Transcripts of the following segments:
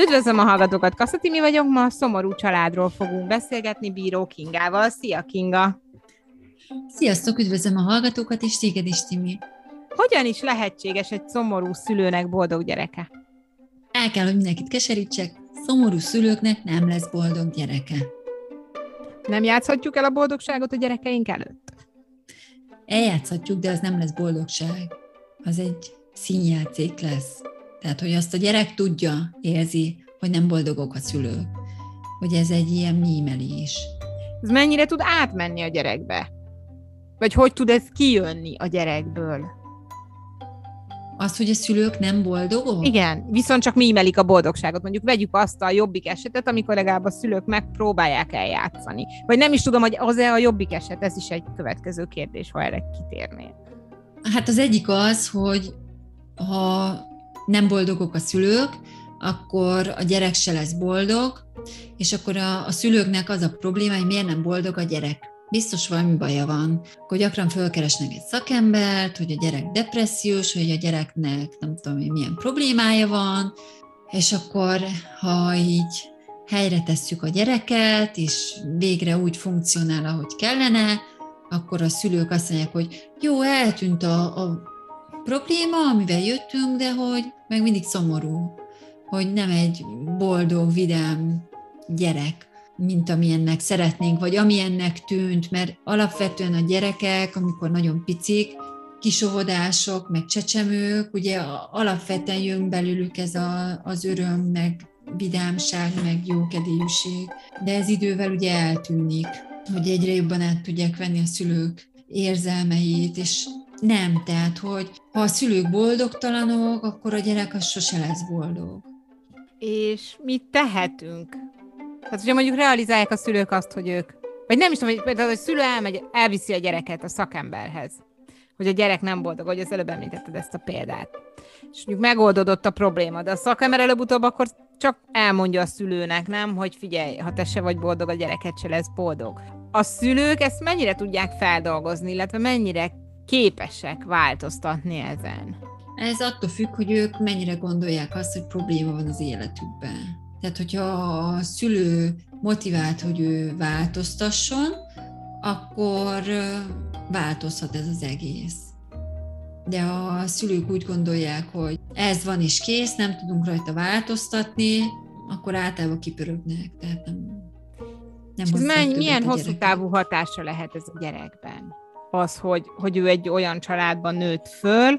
Üdvözlöm a hallgatókat, Kassa Timi vagyok, ma szomorú családról fogunk beszélgetni Bíró Kingával. Szia, Kinga! Sziasztok, üdvözlöm a hallgatókat, és téged is, Timi. Hogyan is lehetséges egy szomorú szülőnek boldog gyereke? El kell, hogy mindenkit keserítsek, szomorú szülőknek nem lesz boldog gyereke. Nem játszhatjuk el a boldogságot a gyerekeink előtt? Eljátszhatjuk, de az nem lesz boldogság. Az egy színjáték lesz. Tehát, hogy azt a gyerek tudja, érzi, hogy nem boldogok a szülők. Hogy ez egy ilyen mímelés. Ez mennyire tud átmenni a gyerekbe? Vagy hogy tud ez kijönni a gyerekből? Az, hogy a szülők nem boldogok? Igen, viszont csak mímelik a boldogságot. Mondjuk vegyük azt a jobbik esetet, amikor legalább a szülők megpróbálják eljátszani. Vagy nem is tudom, hogy az-e a jobbik eset, ez is egy következő kérdés, ha erre kitérnél. Hát az egyik az, hogy ha nem boldogok a szülők, akkor a gyerek se lesz boldog, és akkor a szülőknek az a probléma, hogy miért nem boldog a gyerek. Biztos valami baja van. Akkor gyakran fölkeresnek egy szakembert, hogy a gyerek depressziós, hogy a gyereknek nem tudom, hogy milyen problémája van, és akkor, ha így helyre tesszük a gyereket, és végre úgy funkcionál, ahogy kellene, akkor a szülők azt mondják, hogy jó, eltűnt a probléma, amivel jöttünk, de hogy meg mindig szomorú, hogy nem egy boldog, vidám gyerek, mint amilyennek szeretnénk, vagy amilyennek tűnt, mert alapvetően a gyerekek, amikor nagyon picik, kisóvodások, meg csecsemők, ugye alapvetően jön belőlük ez az öröm, meg vidámság, meg jókedélyűség, de ez idővel ugye eltűnik, hogy egyre jobban át tudják venni a szülők érzelmeit, és nem, tehát, hogy ha a szülők boldogtalanok, akkor a gyerek az sose lesz boldog. És mit tehetünk? Tehát, hogyha mondjuk realizálják a szülők azt, hogy ők, vagy nem is tudom, hogy például a szülő elviszi a gyereket a szakemberhez, hogy a gyerek nem boldog, hogy az előbb említetted ezt a példát. És mondjuk megoldódott a probléma, de a szakember előbb-utóbb akkor csak elmondja a szülőnek, nem, hogy figyelj, ha te se vagy boldog, a gyereket se lesz boldog. A szülők ezt mennyire tudják feldolgozni, illetve mennyire képesek változtatni ezen? Ez attól függ, hogy ők mennyire gondolják azt, hogy probléma van az életükben. Tehát, hogyha a szülő motivált, hogy ő változtasson, akkor változhat ez az egész. De a szülők úgy gondolják, hogy ez van és kész, nem tudunk rajta változtatni, akkor általában kipörögnek. Tehát nem milyen hosszú távú hatása lehet ez a gyerekben? Az, hogy ő egy olyan családban nőtt föl,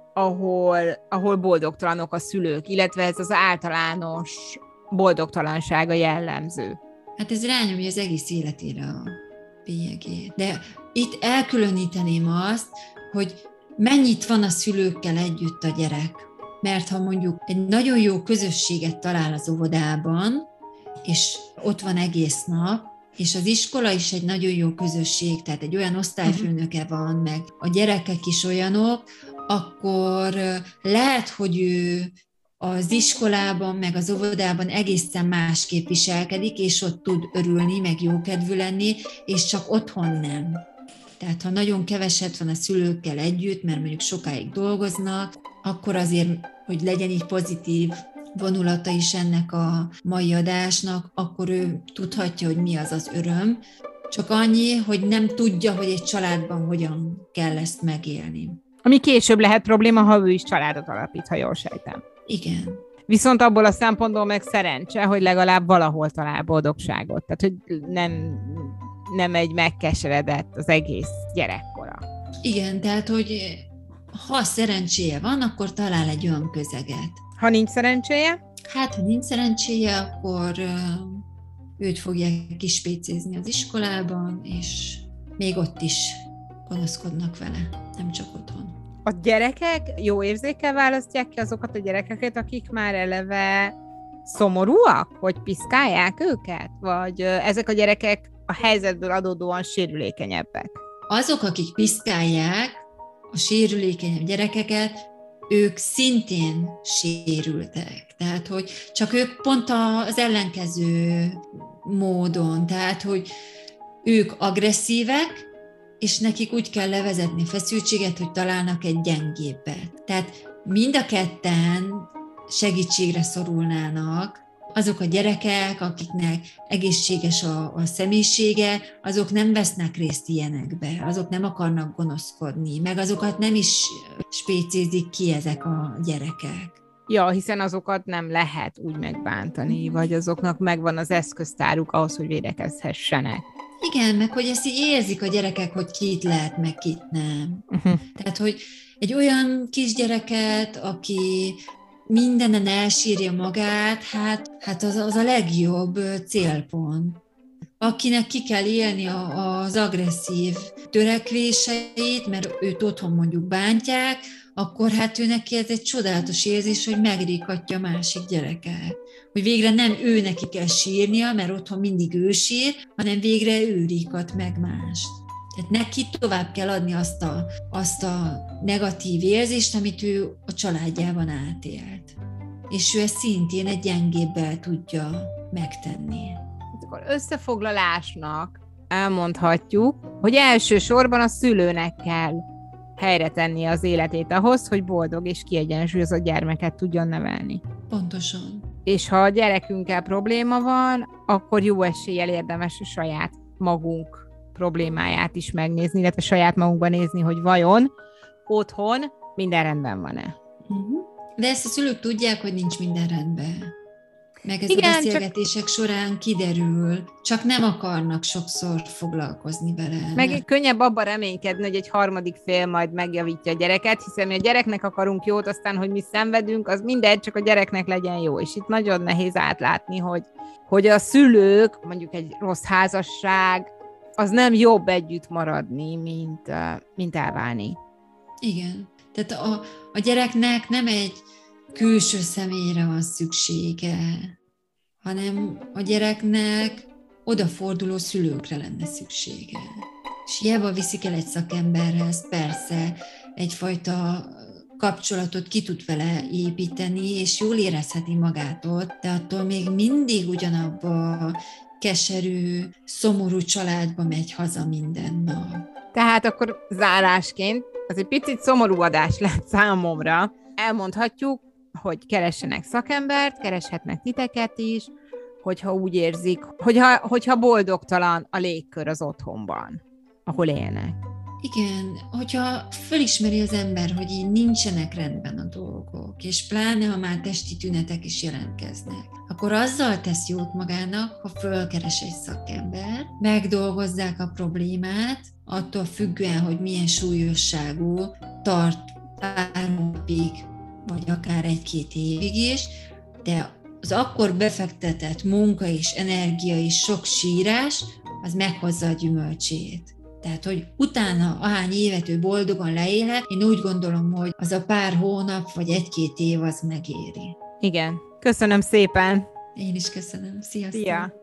ahol boldogtalanok a szülők, illetve ez az általános boldogtalansága jellemző. Hát ez rányomja az egész életére a bélyegét. De itt elkülöníteném azt, hogy mennyit van a szülőkkel együtt a gyerek. Mert ha mondjuk egy nagyon jó közösséget talál az óvodában, és ott van egész nap, és az iskola is egy nagyon jó közösség, tehát egy olyan osztályfőnöke van, meg a gyerekek is olyanok, akkor lehet, hogy ő az iskolában, meg az óvodában egészen másképp viselkedik, és ott tud örülni, meg jókedvű lenni, és csak otthon nem. Tehát ha nagyon keveset van a szülőkkel együtt, mert mondjuk sokáig dolgoznak, akkor azért, hogy legyen így pozitív vonulata is ennek a mai adásnak, akkor ő tudhatja, hogy mi az az öröm. Csak annyi, hogy nem tudja, hogy egy családban hogyan kell ezt megélni. Ami később lehet probléma, ha ő is családot alapít, ha jól sejtem. Igen. Viszont abból a szempontból meg szerencse, hogy legalább valahol talál boldogságot. Tehát, hogy nem egy megkeseredett az egész gyerekkora. Igen, tehát, hogy ha szerencséje van, akkor talál egy olyan közeget. Ha nincs szerencséje? Hát, ha nincs szerencséje, akkor őt fogják kispécézni az iskolában, és még ott is panaszkodnak vele, nem csak otthon. A gyerekek jó érzékkel választják ki azokat a gyerekeket, akik már eleve szomorúak, hogy piszkálják őket? Vagy ezek a gyerekek a helyzetből adódóan sérülékenyebbek? Azok, akik piszkálják a sérülékenyebb gyerekeket, ők szintén sérültek. Tehát, hogy csak ők pont az ellenkező módon, tehát, hogy ők agresszívek, és nekik úgy kell levezetni feszültséget, hogy találnak egy gyengébbet. Tehát mind a ketten segítségre szorulnának, azok a gyerekek, akiknek egészséges a személyisége, azok nem vesznek részt ilyenekbe, azok nem akarnak gonoszkodni, meg azokat nem is spécézik ki ezek a gyerekek. Ja, hiszen azokat nem lehet úgy megbántani, vagy azoknak megvan az eszköztáruk ahhoz, hogy védekezhessenek. Igen, meg hogy ezt így érzik a gyerekek, hogy kit lehet, meg kit nem. Tehát, hogy egy olyan kisgyereket, aki mindenen elsírja magát, hát az a legjobb célpont. Akinek ki kell élni az agresszív törekvéseit, mert őt otthon mondjuk bántják, akkor hát ő neki ez egy csodálatos érzés, hogy megrikatja a másik gyereket. Hogy végre nem ő neki kell sírnia, mert otthon mindig ő sír, hanem végre ő rikat meg mást. Tehát neki tovább kell adni azt a negatív érzést, amit ő a családjában átélt. És ő ezt szintén egy gyengébbel tudja megtenni. Akkor összefoglalásnak elmondhatjuk, hogy elsősorban a szülőnek kell helyre tenni az életét ahhoz, hogy boldog és kiegyensúlyozott gyermeket tudjon nevelni. Pontosan. És ha a gyerekünkkel probléma van, akkor jó eséllyel érdemes a saját magunk problémáját is megnézni, illetve saját magunkban nézni, hogy vajon otthon minden rendben van-e. De ezt a szülők tudják, hogy nincs minden rendben. Meg ez igen, a beszélgetések során kiderül, csak nem akarnak sokszor foglalkozni vele. Meg könnyebb abban reménykedni, hogy egy harmadik fél majd megjavítja a gyereket, hiszen mi a gyereknek akarunk jót, aztán, hogy mi szenvedünk, az mindegy, csak a gyereknek legyen jó. És itt nagyon nehéz átlátni, hogy a szülők, mondjuk egy rossz házasság, az nem jobb együtt maradni, mint elválni. Igen. Tehát a gyereknek nem egy külső személyre van szüksége, hanem a gyereknek odaforduló szülőkre lenne szüksége. És hiába viszik el egy szakemberhez, persze egyfajta kapcsolatot ki tud vele építeni, és jól érezheti magát ott, de attól még mindig ugyanabba a keserű, szomorú családba megy haza minden nap. Tehát akkor zárásként, az egy picit szomorú adás lett számomra, elmondhatjuk, hogy keressenek szakembert, kereshetnek titeket is, hogyha úgy érzik, hogyha boldogtalan a légkör az otthonban, ahol élnek. Igen, hogyha fölismeri az ember, hogy így nincsenek rendben a dolgok, és pláne, ha már testi tünetek is jelentkeznek, akkor azzal tesz jót magának, ha fölkeres egy szakember, megdolgozzák a problémát, attól függően, hogy milyen súlyosságú, tart pár napig, vagy akár 1-2 évig is, de az akkor befektetett munka és energia és sok sírás, az meghozza a gyümölcsét. Tehát, hogy utána, ahány évet ő boldogan leélhet, én úgy gondolom, hogy az a pár hónap vagy 1-2 év az megéri. Igen. Köszönöm szépen! Én is köszönöm. Sziasztok! Szia!